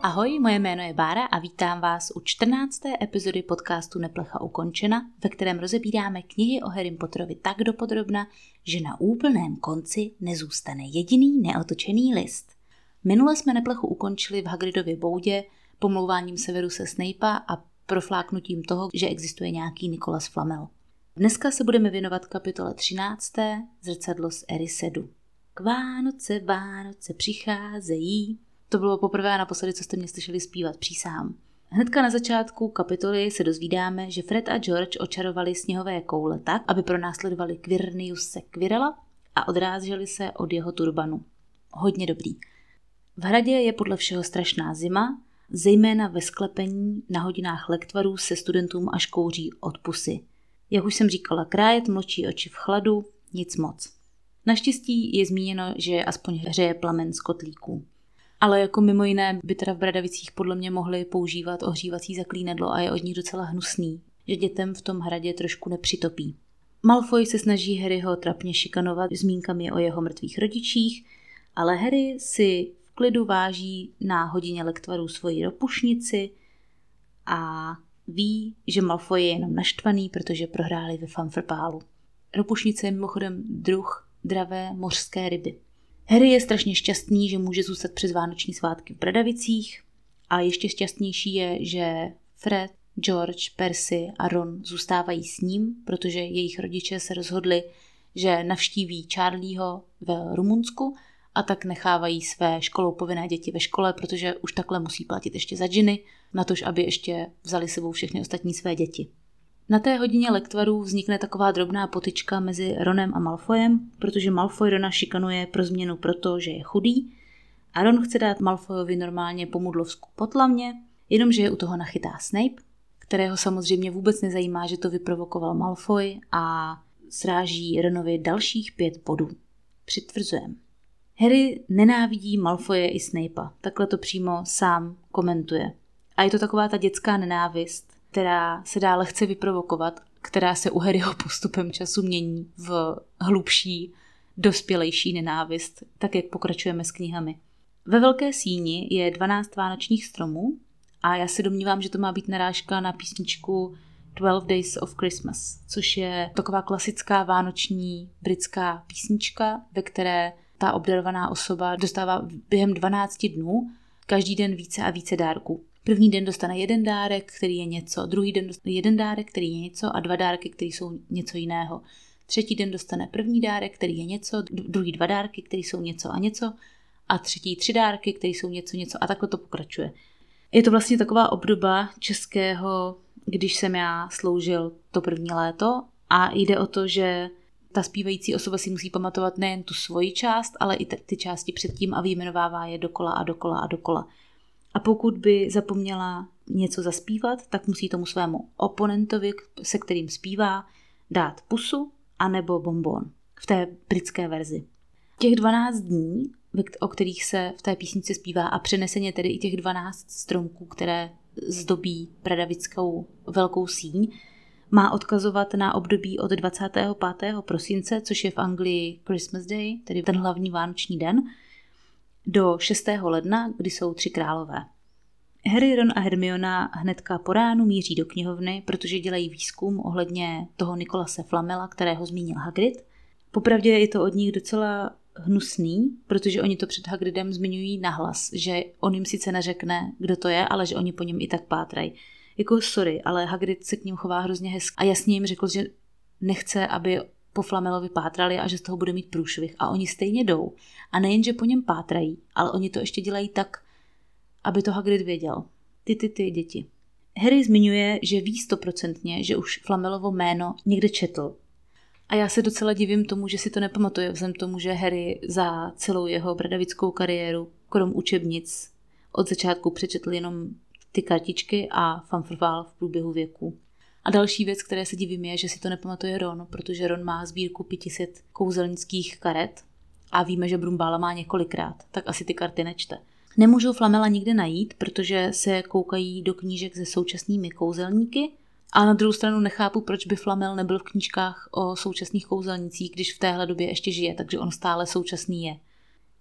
Ahoj, moje jméno je Bára a vítám vás u 14. epizody podcastu Neplecha ukončena, ve kterém rozebíráme knihy o Harrym Potterovi tak dopodrobna, že na úplném konci nezůstane jediný neotočený list. Minule jsme Neplechu ukončili v Hagridově boudě pomlouváním Severuse Snapea a profláknutím toho, že existuje nějaký Nicholas Flamel. Dneska se budeme věnovat kapitole 13. Zrcadlo z Erysedu. K Vánoce přicházejí. To bylo poprvé a naposledy, co jste mě slyšeli zpívat, přísahám. Hnedka na začátku kapitoly se dozvídáme, že Fred a George očarovali sněhové koule tak, aby pronásledovali Quiriniuse Quirrella a odráželi se od jeho turbanu. Hodně dobrý. V hradě je podle všeho strašná zima, zejména ve sklepení na hodinách lektvarů se studentům až kouří od pusy. Jak už jsem říkala, krájet mlčí oči v chladu, nic moc. Naštěstí je zmíněno, že aspoň hřeje plamen z kotlíků. Ale jako mimo jiné by teda v Bradavicích podle mě mohli používat ohřívací zaklínadlo a je od nich docela hnusný, že dětem v tom hradě trošku nepřitopí. Malfoy se snaží Harryho trapně šikanovat zmínkami o jeho mrtvých rodičích, ale Harry si v klidu váží na hodině lektvarů svoji ropušnici a ví, že Malfoy je jenom naštvaný, protože prohráli ve fanfrpálu. Ropušnice je mimochodem druh dravé mořské ryby. Harry je strašně šťastný, že může zůstat přes vánoční svátky v Bradavicích a ještě šťastnější je, že Fred, George, Percy a Ron zůstávají s ním, protože jejich rodiče se rozhodli, že navštíví Charlieho v Rumunsku a tak nechávají své školou povinné děti ve škole, protože už takhle musí platit ještě za džiny, natož aby ještě vzali sebou všechny ostatní své děti. Na té hodině lektvarů vznikne taková drobná potyčka mezi Ronem a Malfoyem, protože Malfoy Rona šikanuje pro změnu proto, že je chudý a Ron chce dát Malfoyovi normálně pomudlovsku po tlamě, jenomže je u toho nachytá Snape, kterého samozřejmě vůbec nezajímá, že to vyprovokoval Malfoy a sráží Ronovi dalších 5 bodů. Přitvrzujem. Harry nenávidí Malfoye i Snapea, takhle to přímo sám komentuje. A je to taková ta dětská nenávist, která se dá lehce vyprovokovat, která se u Harryho postupem času mění v hlubší, dospělejší nenávist, tak jak pokračujeme s knihami. Ve Velké síni je 12 vánočních stromů a já se domnívám, že to má být narážka na písničku 12 Days of Christmas, což je taková klasická vánoční britská písnička, ve které ta obdarovaná osoba dostává během 12 dnů každý den více a více dárků. První den dostane 1 dárek, který je něco, druhý den dostane 1 dárek, který je něco a 2 dárky, které jsou něco jiného. Třetí den dostane první dárek, který je něco, druhý 2 dárky, které jsou něco a třetí 3 dárky, které jsou něco a takhle to pokračuje. Je to vlastně taková obdoba českého, když jsem já sloužil to první léto a jde o to, že ta zpívající osoba si musí pamatovat nejen tu svoji část, ale i ty části předtím a vyjmenovává je dokola a dokola a dokola. A pokud by zapomněla něco zaspívat, tak musí tomu svému oponentovi, se kterým zpívá, dát pusu anebo bonbon v té britské verzi. Těch 12 dní, o kterých se v té písničce zpívá a přeneseně tedy i těch 12 stromků, které zdobí Bradavickou velkou síň, má odkazovat na období od 25. prosince, což je v Anglii Christmas Day, tedy ten hlavní vánoční den, do 6. ledna, kdy jsou 3 králové. Harry, Ron a Hermiona hnedka po ránu míří do knihovny, protože dělají výzkum ohledně toho Nicholase Flamela, kterého zmínil Hagrid. Popravdě je to od nich docela hnusný, protože oni to před Hagridem zmiňují nahlas, že on jim sice neřekne, kdo to je, ale že oni po něm i tak pátrají. Jako sorry, ale Hagrid se k ním chová hrozně hezky a jasně jim řekl, že nechce, aby po Flamelovi pátrali a že z toho bude mít průšvih a oni stejně jdou. A nejen, že po něm pátrají, ale oni to ještě dělají tak, aby to Hagrid věděl. Ty děti. Harry zmiňuje, že ví 100%, že už Flamelovo jméno někde četl. A já se docela divím tomu, že si to nepamatuje, vzhledem tomu, že Harry za celou jeho bradavickou kariéru, krom učebnic, od začátku přečetl jenom ty kartičky a fanfrfál v průběhu věku. A další věc, které se divím, je, že si to nepamatuje Ron, protože Ron má sbírku 500 kouzelnických karet a víme, že Brumbála má několikrát, tak asi ty karty nečte. Nemůžou Flamela nikde najít, protože se koukají do knížek se současnými kouzelníky a na druhou stranu nechápu, proč by Flamel nebyl v knížkách o současných kouzelnicích, když v téhle době ještě žije, takže on stále současný je.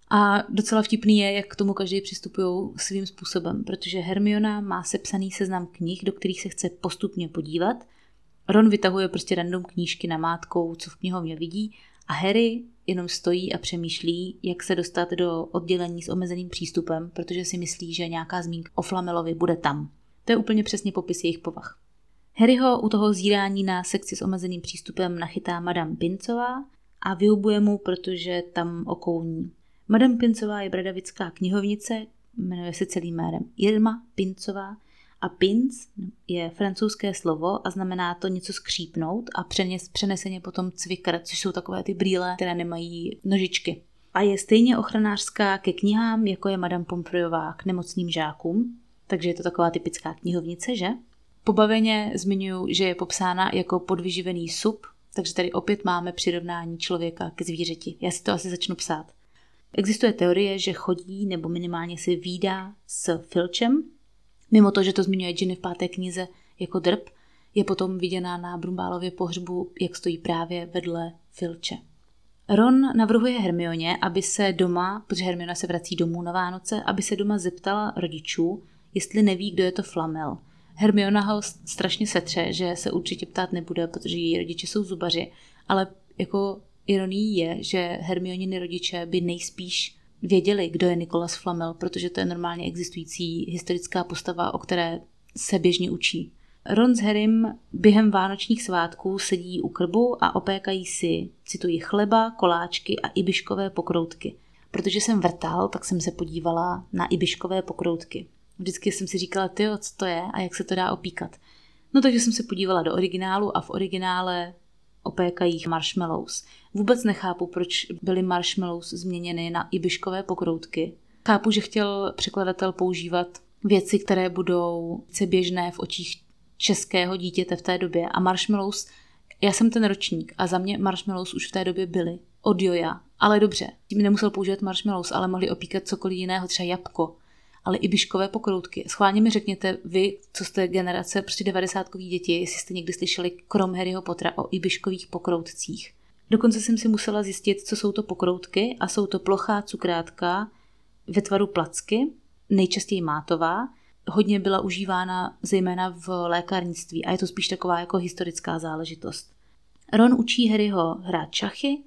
A docela vtipný je, jak k tomu každý přistupují svým způsobem, protože Hermiona má sepsaný seznam knih, do kterých se chce postupně podívat. Ron vytahuje prostě random knížky namátkou, co v knihovně vidí, a Harry jenom stojí a přemýšlí, jak se dostat do oddělení s omezeným přístupem, protože si myslí, že nějaká zmínka o Flamelovi bude tam. To je úplně přesně popis jejich povah. Harryho u toho zírání na sekci s omezeným přístupem nachytá Madame Pincová a vyhubuje mu, protože tam okouní. Madame Pincová je bradavická knihovnice, jmenuje se celým jménem Irma Pincová, a pinc je francouzské slovo a znamená to něco skřípnout a přeneseně potom cvikr, což jsou takové ty brýle, které nemají nožičky. A je stejně ochranářská ke knihám, jako je Madame Pomfreyová k nemocným žákům, takže je to taková typická knihovnice, že? Pobaveně zmiňuji, že je popsána jako podvyživený sup, takže tady opět máme přirovnání člověka ke zvířeti. Já si to asi začnu psát. Existuje teorie, že chodí nebo minimálně se vídá s Filčem. Mimo to, že to zmiňuje Ginny v 5. knize jako drb, je potom viděná na Brumbálově pohřbu, jak stojí právě vedle Filče. Ron navrhuje Hermioně, aby se doma, protože Hermiona se vrací domů na Vánoce, aby se doma zeptala rodičů, jestli neví, kdo je to Flamel. Hermiona ho strašně setře, že se určitě ptát nebude, protože její rodiče jsou zubaři, ale jako ironií je, že Hermioniny rodiče by nejspíš věděli, kdo je Nicolas Flamel, protože to je normálně existující historická postava, o které se běžně učí. Ron s Harrym během vánočních svátků sedí u krbu a opékají si, cituji, chleba, koláčky a ibiškové pokroutky. Protože jsem vrtal, tak jsem se podívala na ibiškové pokroutky. Vždycky jsem si říkala, tyjo, co to je a jak se to dá opíkat. No takže jsem se podívala do originálu a v originále opékají marshmallows. Vůbec nechápu, proč byly marshmallows změněny na ibiškové pokroutky. Chápu, že chtěl překladatel používat věci, které budou více běžné v očích českého dítěte v té době. A marshmallows, já jsem ten ročník a za mě marshmallows už v té době byly. Od joja. Ale dobře, tím nemusel používat marshmallows, ale mohli opíkat cokoliv jiného, třeba jabko. Ale ibiškové pokroutky. Schválně mi řekněte vy, co jste generace prostě 90kových děti, jestli jste někdy slyšeli krom Harryho Pottera o ibiškových pokroutcích. Dokonce jsem si musela zjistit, co jsou to pokroutky, a jsou to plochá cukrátka ve tvaru placky, nejčastěji mátová. Hodně byla užívána zejména v lékárnictví a je to spíš taková jako historická záležitost. Ron učí Harryho hrát šachy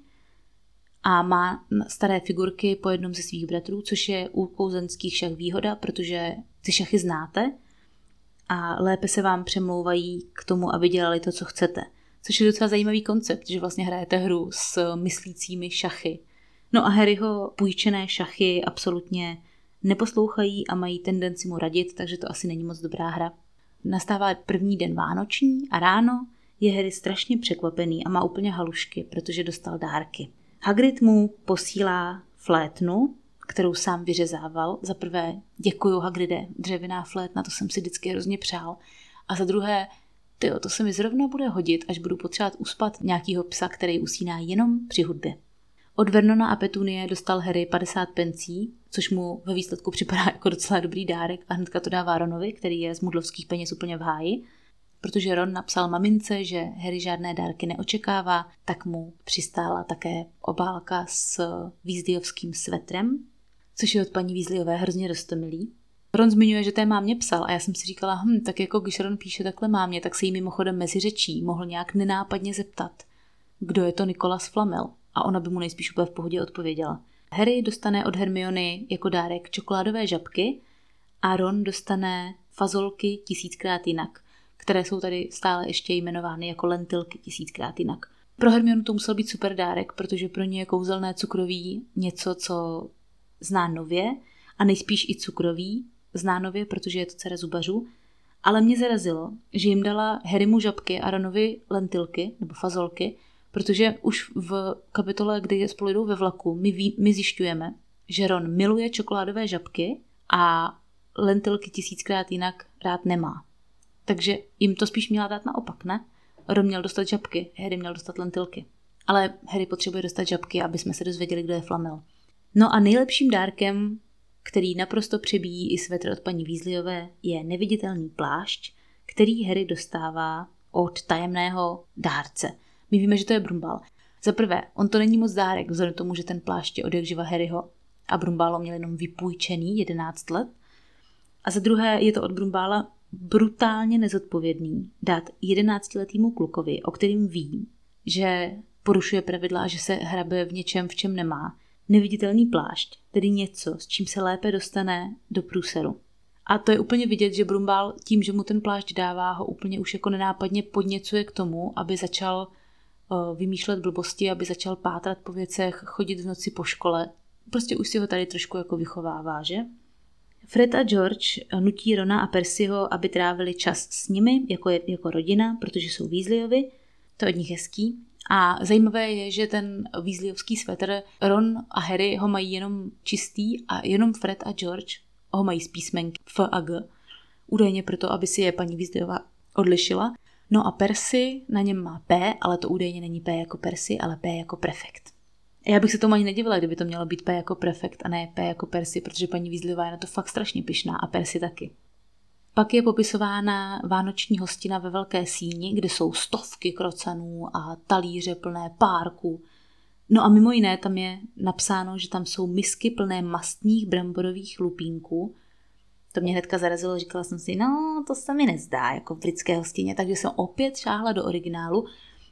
a má staré figurky po jednom ze svých bratrů, což je u kouzelnických šach výhoda, protože ty šachy znáte a lépe se vám přemlouvají k tomu, aby dělali to, co chcete. Což je docela zajímavý koncept, že vlastně hrajete hru s myslícími šachy. No a Harryho půjčené šachy absolutně neposlouchají a mají tendenci mu radit, takže to asi není moc dobrá hra. Nastává první den vánoční a ráno je Harry strašně překvapený a má úplně halušky, protože dostal dárky. Hagrid mu posílá flétnu, kterou sám vyřezával. Za prvé, děkuju Hagride, dřevěná flétna, to jsem si vždycky hrozně přál. A za druhé, tyjo, to se mi zrovna bude hodit, až budu potřebovat uspat nějakýho psa, který usíná jenom při hudbě. Od Vernona a Petunie dostal Harry 50 pencí, což mu ve výsledku připadá jako docela dobrý dárek a hnedka to dává Ronovi, který je z mudlovských peněz úplně v háji. Protože Ron napsal mamince, že Harry žádné dárky neočekává, tak mu přistála také obálka s Weasleyovským svetrem, což je od paní Weasleyové hrozně roztomilý. Ron zmiňuje, že té mámě psal a já jsem si říkala, tak jako když Ron píše takhle mámě, tak se jí mimochodem mezi řečí mohl nějak nenápadně zeptat, kdo je to Nicolas Flamel, a ona by mu nejspíš úplně v pohodě odpověděla. Harry dostane od Hermiony jako dárek čokoládové žabky a Ron dostane fazolky 1000krát jinak, které jsou tady stále ještě jmenovány jako lentilky 1000krát jinak. Pro Hermionu to musel být super dárek, protože pro ně je kouzelné cukroví něco, co zná nově, a nejspíš i cukroví zná nově, protože je to dcera zubařů. Ale mě zarazilo, že jim dala Harrymu žabky a Ronovi lentilky nebo fazolky, protože už v kapitole, kdy spolu jdou ve vlaku, my zjišťujeme, že Ron miluje čokoládové žabky a lentilky 1000krát jinak rád nemá. Takže jim to spíš měla dát naopak, ne? Ron měl dostat žabky, Harry měl dostat lentilky. Ale Harry potřebuje dostat žabky, aby jsme se dozvěděli, kdo je Flamel. No a nejlepším dárkem, který naprosto přebíjí i svetr od paní Weasleyové, je neviditelný plášť, který Harry dostává od tajemného dárce. My víme, že to je Brumbál. Za prvé, on to není moc dárek, vzhledem tomu, že ten plášť je od jakživa Harryho. a Brumbálo měl jenom vypůjčený 11 let. A za druhé je to od Brumbála brutálně nezodpovědný dát 11letýmu klukovi, o kterým ví, že porušuje pravidla a že se hrabe v něčem, v čem nemá, neviditelný plášť, tedy něco, s čím se lépe dostane do průseru. A to je úplně vidět, že Brumbál tím, že mu ten plášť dává, ho úplně už jako nenápadně podněcuje k tomu, aby začal vymýšlet blbosti, aby začal pátrat po věcech, chodit v noci po škole. Prostě už si ho tady trošku jako vychovává, že? Fred a George nutí Rona a Percyho, aby trávili čas s nimi jako rodina, protože jsou Weasleyovi. To je od nich hezký. A zajímavé je, že ten Weasleyovský svetr Ron a Harry ho mají jenom čistý a jenom Fred a George ho mají z písmenky F a G. Údajně proto, aby si je paní Weasleyová odlišila. No a Percy na něm má P, ale to údajně není P jako Percy, ale P jako prefekt. Já bych se tomu ani nedivila, kdyby to mělo být P jako prefekt a ne P jako Percy, protože paní Weasleyová je na to fakt strašně pyšná a Percy taky. Pak je popisována vánoční hostina ve velké síni, kde jsou stovky krocanů a talíře plné párků. No a mimo jiné tam je napsáno, že tam jsou misky plné mastných bramborových lupínků. To mě hnedka zarazilo, říkala jsem si, no to se mi nezdá, jako v britské hostině, takže jsem opět šáhla do originálu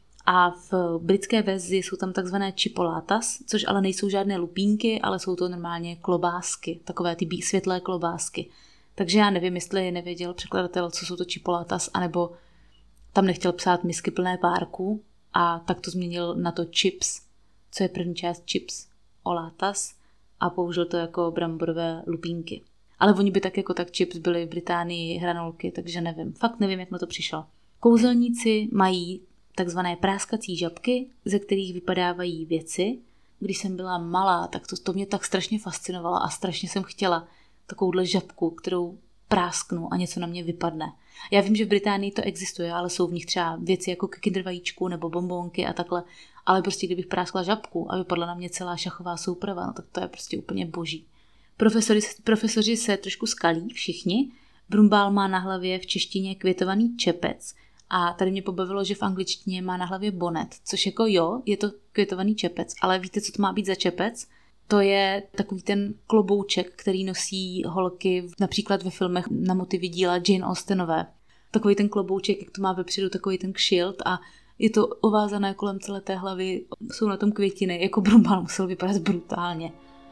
a v britské verzi jsou tam takzvané chipolatas, což ale nejsou žádné lupínky, ale jsou to normálně klobásky, takové ty světlé klobásky. Takže já nevím, jestli nevěděl překladatel, co jsou to chipolatas, anebo tam nechtěl psát misky plné párků a tak to změnil na to chips, co je první část chips, olatas a použil to jako bramborové lupínky. Ale oni by tak jako tak chips byly v Británii hranolky, takže nevím. Fakt nevím, jak na to přišel. Kouzelníci mají takzvané práskací žabky, ze kterých vypadávají věci. Když jsem byla malá, tak to mě tak strašně fascinovalo a strašně jsem chtěla takovouhle žabku, kterou prásknu a něco na mě vypadne. Já vím, že v Británii to existuje, ale jsou v nich třeba věci jako Kinder vajíčku nebo bonbonky a takhle, ale prostě kdybych práskla žabku a vypadla na mě celá šachová souprava, no tak to je prostě úplně boží. Profesoři se trošku skalí, všichni. Brumbál má na hlavě v češtině květovaný čepec a tady mě pobavilo, že v angličtině má na hlavě bonet, což jako jo, je to květovaný čepec, ale víte, co to má být za čepec? To je takový ten klobouček, který nosí holky například ve filmech na motivy díla Jane Austenové. Takový ten klobouček, jak to má vepředu, takový ten kšilt a je to ovázané kolem celé té hlavy, jsou na tom květiny, jako Brumbál musel vypadat brutálně.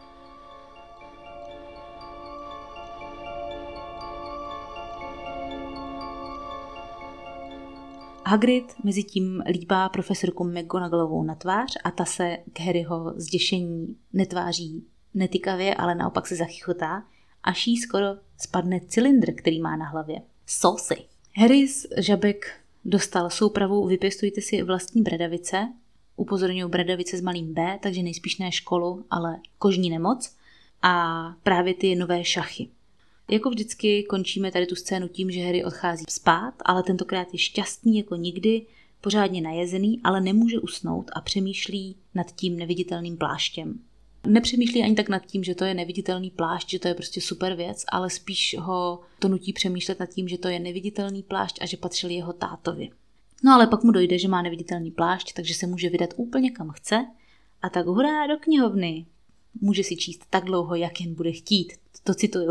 Hagrid mezi tím líbá profesorku McGonagallovou na tvář a ta se k Harryho zděšení netváří netykavě, ale naopak se zachychotá, až jí skoro spadne cylindr, který má na hlavě. Saucy. Harry z žabek dostal soupravu Vypěstujte si vlastní bradavice, upozorňuji bradavice s malým B, takže nejspíš ne školu, ale kožní nemoc a právě ty nové šachy. Jako vždycky končíme tady tu scénu tím, že Harry odchází spát, ale tentokrát je šťastný jako nikdy, pořádně najezený, ale nemůže usnout a přemýšlí nad tím neviditelným pláštěm. Nepřemýšlí ani tak nad tím, že to je neviditelný plášť, že to je prostě super věc, ale spíš ho to nutí přemýšlet nad tím, že to je neviditelný plášť a že patřil jeho tátovi. No ale pak mu dojde, že má neviditelný plášť, takže se může vydat úplně kam chce a tak hurá do knihovny. Může si číst tak dlouho, jak jen bude chtít. To cituju.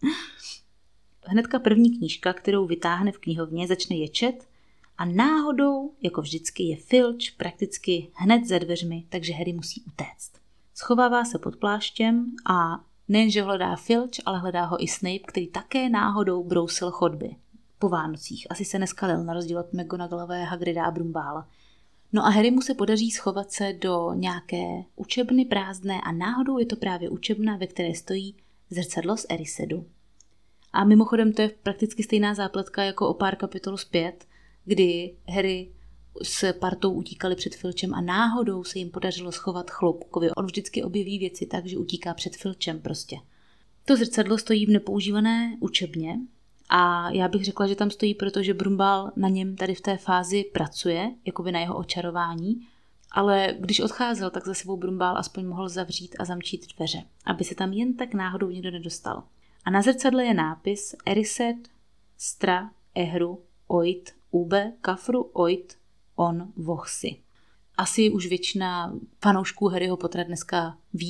Hnedka první knížka, kterou vytáhne v knihovně, začne ječet a náhodou, jako vždycky, je Filč prakticky hned za dveřmi, takže Harry musí utéct. Schovává se pod pláštěm a nejenže hledá Filč, ale hledá ho i Snape, který také náhodou brousil chodby po Vánocích. Asi se neskalil na rozdíl od McGonagallové, Hagrida a Brumbála. No a Harry mu se podaří schovat se do nějaké učebny prázdné a náhodou je to právě učebna, ve které stojí zrcadlo z Erisedu. A mimochodem to je prakticky stejná zápletka jako o pár kapitol zpět, kdy Harry s partou utíkali před Filčem a náhodou se jim podařilo schovat Chloupkovi. On vždycky objeví věci tak, že utíká před Filčem prostě. To zrcadlo stojí v nepoužívané učebně a já bych řekla, že tam stojí, protože Brumbál na něm tady v té fázi pracuje, jakoby na jeho očarování, ale když odcházel, tak za sebou Brumbál aspoň mohl zavřít a zamčít dveře, aby se tam jen tak náhodou někdo nedostal. A na zrcadle je nápis Erised, Stra, Ehru, Oit, Ube, Kafru, Oit, On, Vohsi. Asi už většina fanoušků Harryho Pottera dneska ví,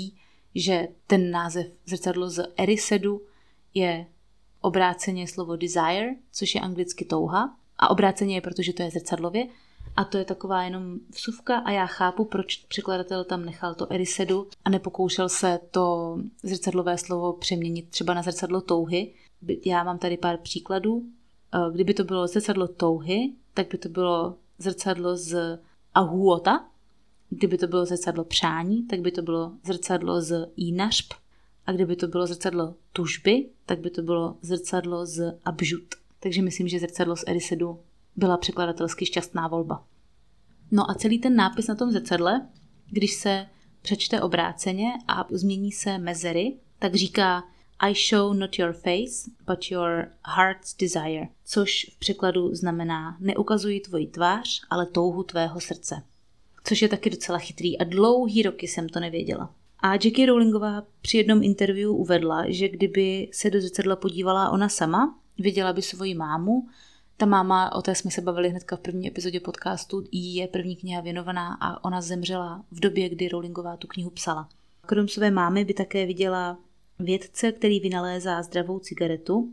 že ten název zrcadlo z Erisedu je obráceně slovo desire, což je anglicky touha. A obráceně je, protože to je zrcadlově. A to je taková jenom vsuvka a já chápu, proč překladatel tam nechal to Erisedu a nepokoušel se to zrcadlové slovo přeměnit třeba na zrcadlo touhy. Já mám tady pár příkladů. Kdyby to bylo zrcadlo touhy, tak by to bylo zrcadlo z Ahuota. Kdyby to bylo zrcadlo přání, tak by to bylo zrcadlo z Inašp. A kdyby to bylo zrcadlo tužby, tak by to bylo zrcadlo z Abžut. Takže myslím, že zrcadlo z Erisedu byla překladatelsky šťastná volba. No a celý ten nápis na tom zrcadle, když se přečte obráceně a změní se mezery, tak říká I show not your face, but your heart's desire, což v překladu znamená neukazuji tvoji tvář, ale touhu tvého srdce. Což je taky docela chytrý a dlouhý roky jsem to nevěděla. A J.K. Rowlingová při jednom interview uvedla, že kdyby se do zrcadla podívala ona sama, viděla by svoji mámu. Ta máma, o té jsme se bavili hnedka v první epizodě podcastu, jí je první kniha věnovaná a ona zemřela v době, kdy Rowlingová tu knihu psala. Krom své mámy by také viděla vědce, který vynalézá zdravou cigaretu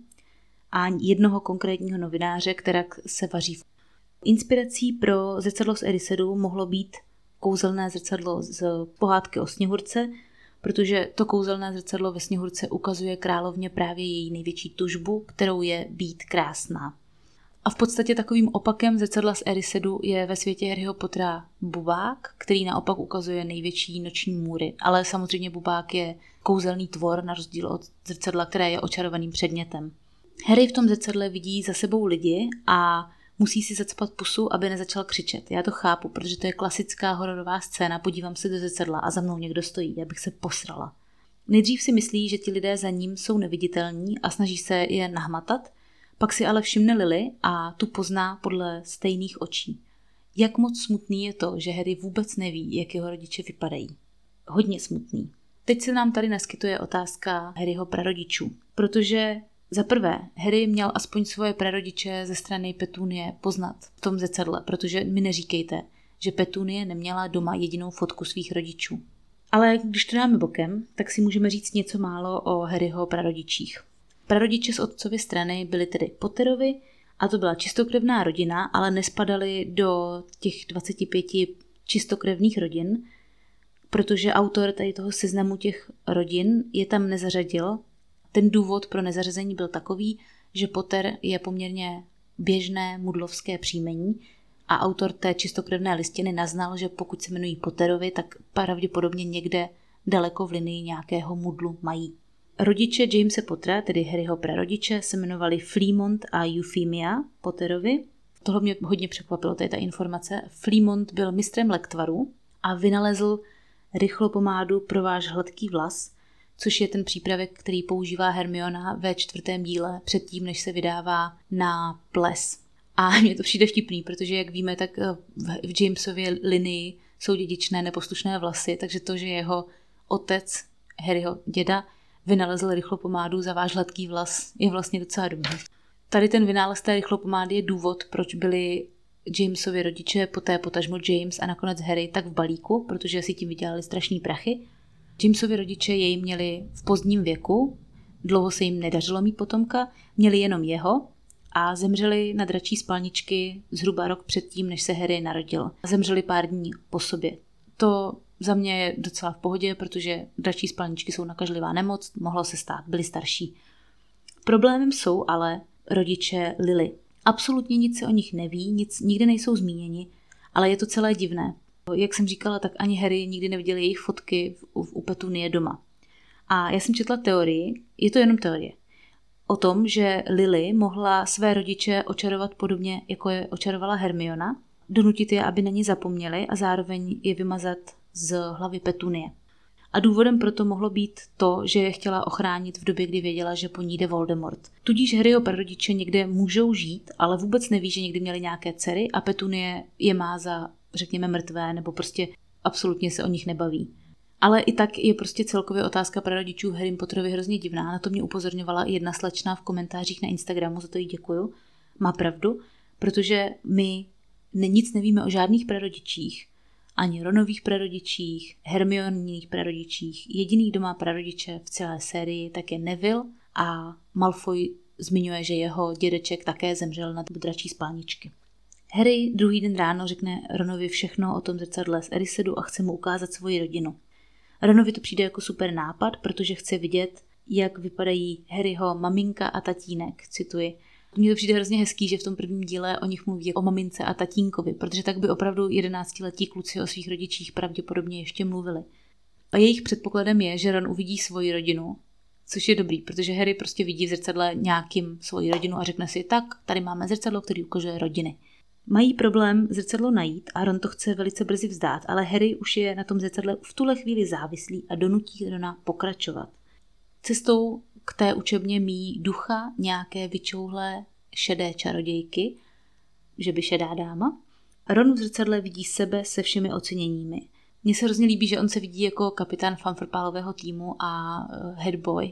a jednoho konkrétního novináře, která se vaří. Inspirací pro zrcadlo z Erisedu mohlo být kouzelné zrcadlo z pohádky o Sněhurce, protože to kouzelné zrcadlo ve Sněhurce ukazuje královně právě její největší tužbu, kterou je být krásná. A v podstatě takovým opakem zrcadla z Erisedu je ve světě Harryho Pottera bubák, který naopak ukazuje největší noční můry. Ale samozřejmě bubák je kouzelný tvor na rozdíl od zrcadla, které je očarovaným předmětem. Harry v tom zrcadle vidí za sebou lidi a musí si zacpat pusu, aby nezačal křičet. Já to chápu, protože to je klasická hororová scéna, podívám se do zrcadla a za mnou někdo stojí, já bych se posrala. Nejdřív si myslí, že ti lidé za ním jsou neviditelní a snaží se je nahmatat, pak si ale všimne Lily a tu pozná podle stejných očí. Jak moc smutný je to, že Harry vůbec neví, jak jeho rodiče vypadají. Hodně smutný. Teď se nám tady naskytuje otázka Harryho prarodičů, protože za prvé, Harry měl aspoň svoje prarodiče ze strany Petunie poznat v tom zrcadle, protože mi neříkejte, že Petunie neměla doma jedinou fotku svých rodičů. Ale když to dáme bokem, tak si můžeme říct něco málo o Harryho prarodičích. Prarodiče z otcovy strany byli tedy Potterovi a to byla čistokrevná rodina, ale nespadali do těch 25 čistokrevných rodin, protože autor tady toho seznamu těch rodin je tam nezařadil. Ten důvod pro nezařazení byl takový, že Potter je poměrně běžné mudlovské příjmení a autor té čistokrevné listiny naznal, že pokud se jmenují Potterovi, tak pravděpodobně někde daleko v linii nějakého mudlu mají. Rodiče Jamese Pottera, tedy Harryho prarodiče, se jmenovali Flemmont a Euphemia Potterovi. Tohle mě hodně překvapilo, tady ta informace. Flemmont byl mistrem lektvaru a vynalezl rychlopomádu pro váš hladký vlas, což je ten přípravek, který používá Hermiona ve 4. díle předtím, než se vydává na ples. A mně to přijde vtipný, protože jak víme, tak v Jamesově linii jsou dědičné neposlušné vlasy, takže to, že jeho otec, Harryho děda, vynalezl rychlopomádu za váš hladký vlas, je vlastně docela dobrý. Tady ten vynález té rychlopomády je důvod, proč byli Jamesovi rodiče, poté potažmo James a nakonec Harry tak v balíku, protože si tím vydělali strašný prachy. Jamesovi rodiče jej měli v pozdním věku, dlouho se jim nedařilo mít potomka, měli jenom jeho a zemřeli na dračí spalničky zhruba rok předtím, než se Harry narodil. Zemřeli pár dní po sobě. To za mě je docela v pohodě, protože dračí spalničky jsou nakažlivá nemoc, mohlo se stát, byli starší. Problémem jsou ale rodiče Lily. Absolutně nic se o nich neví, nikde nejsou zmíněni, ale je to celé divné. Jak jsem říkala, tak ani Harry nikdy neviděl jejich fotky u Petunie doma. A já jsem četla teorii, je to jenom teorie, o tom, že Lily mohla své rodiče očarovat podobně, jako je očarovala Hermiona, donutit je, aby na ní zapomněli a zároveň je vymazat z hlavy Petunie. A důvodem proto mohlo být to, že je chtěla ochránit v době, kdy věděla, že po ní jde Voldemort. Tudíž Harryho prarodiče někde můžou žít, ale vůbec neví, že někdy měli nějaké dcery a Petunie je má za, řekněme, mrtvé, nebo prostě absolutně se o nich nebaví. Ale i tak je prostě celkově otázka prarodičů Harry Potterovi hrozně divná. Na to mě upozorňovala i jedna slečna v komentářích na Instagramu, za to jí děkuju. Má pravdu, protože my nic nevíme o žádných prarodičích ani Ronových prarodičích, Hermioниných prarodičích. Jediný, kdo má prarodiče v celé sérii, tak je Neville a Malfoy zmiňuje, že jeho dědeček také zemřel na dračí spálničky. Harry druhý den ráno řekne Ronovi všechno o tom zrcadle z Erysedu a chce mu ukázat svoji rodinu. Ronovi to přijde jako super nápad, protože chce vidět, jak vypadají Harryho maminka a tatínek, cituji. Mně to přijde hrozně hezký, že v tom prvním díle o nich mluví o mamince a tatínkovi, protože tak by opravdu 11letí kluci o svých rodičích pravděpodobně ještě mluvili. A jejich předpokladem je, že Ron uvidí svoji rodinu, což je dobrý, protože Harry prostě vidí v zrcadle nějakým svoji rodinu a řekne si, tak, tady máme zrcadlo, který ukazuje rodiny. Mají problém zrcadlo najít a Ron to chce velice brzy vzdát, ale Harry už je na tom zrcadle v tuhle chvíli závislý a donutí Rona pokračovat. Cestou k té učebně míjí ducha nějaké vyčouhlé šedé čarodějky, že by šedá dáma. Ron v zrcadle vidí sebe se všemi oceněními. Mně se hrozně líbí, že on se vidí jako kapitán fanfrpálového týmu a head boy.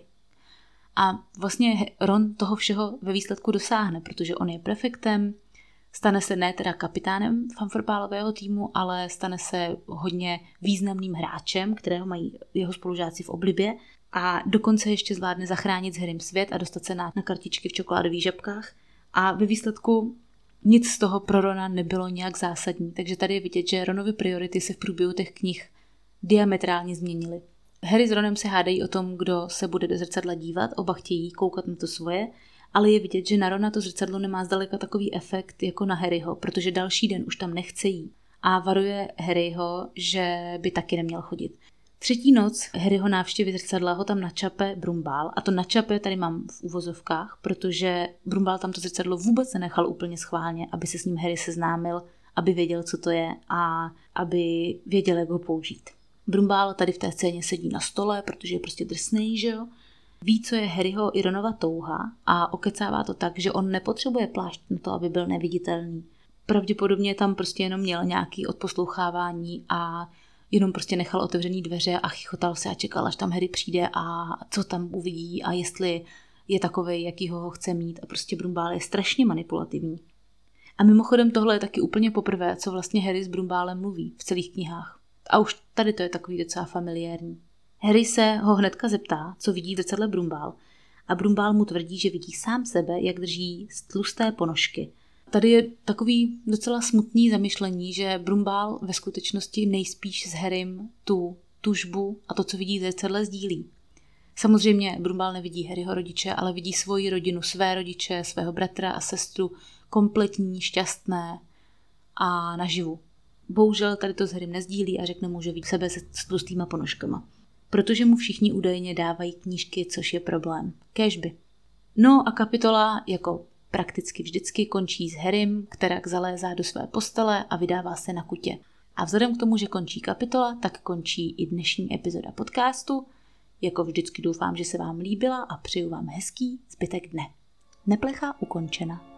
A vlastně Ron toho všeho ve výsledku dosáhne, protože on je prefektem, stane se ne teda kapitánem fanfrpálového týmu, ale stane se hodně významným hráčem, kterého mají jeho spolužáci v oblibě a dokonce ještě zvládne zachránit s Harrym svět a dostat se na kartičky v čokoládových žabkách. A ve výsledku nic z toho pro Rona nebylo nějak zásadní, takže tady je vidět, že Ronovy priority se v průběhu těch knih diametrálně změnily. Harry s Ronem se hádají o tom, kdo se bude do zrcadla dívat, oba chtějí koukat na to svoje, ale je vidět, že na Rona to zrcadlo nemá zdaleka takový efekt jako na Harryho, protože další den už tam nechce jít a varuje Harryho, že by taky neměl chodit. Třetí noc Harryho návštěvy zrcadla ho tam načape Brumbál a to načape tady mám v uvozovkách, protože Brumbál tam to zrcadlo vůbec nenechal úplně schválně, aby se s ním Harry seznámil, aby věděl, co to je a aby věděl, jak ho použít. Brumbál tady v té scéně sedí na stole, protože je prostě drsnej, že jo? Ví, co je Harryho i Ronova touha a okecává to tak, že on nepotřebuje plášť na to, aby byl neviditelný. Pravděpodobně tam prostě jenom měl nějaký odposlouchávání a jenom prostě nechal otevřený dveře a chichotal se a čekal, až tam Harry přijde a co tam uvidí a jestli je takovej, jaký ho chce mít a prostě Brumbál je strašně manipulativní. A mimochodem tohle je taky úplně poprvé, co vlastně Harry s Brumbálem mluví v celých knihách. A už tady to je takový docela familiární. Harry se ho hnedka zeptá, co vidí v zrcadle Brumbál a Brumbál mu tvrdí, že vidí sám sebe, jak drží tlusté ponožky. Tady je takový docela smutný zamyšlení, že Brumbál ve skutečnosti nejspíš s Harrym tu tužbu a to, co vidí v zrcadle, sdílí. Samozřejmě Brumbál nevidí Harryho rodiče, ale vidí svoji rodinu, své rodiče, svého bratra a sestru kompletní, šťastné a naživu. Bohužel tady to s Harrym nezdílí a řekne mu, že vidí sebe s tlustýma ponožkama. Protože mu všichni údajně dávají knížky, což je problém. Kéžby. No a kapitola jako prakticky vždycky končí s Harrym, která zalézá do své postele a vydává se na kutě. A vzhledem k tomu, že končí kapitola, tak končí i dnešní epizoda podcastu. Jako vždycky doufám, že se vám líbila a přeju vám hezký zbytek dne. Neplecha ukončena.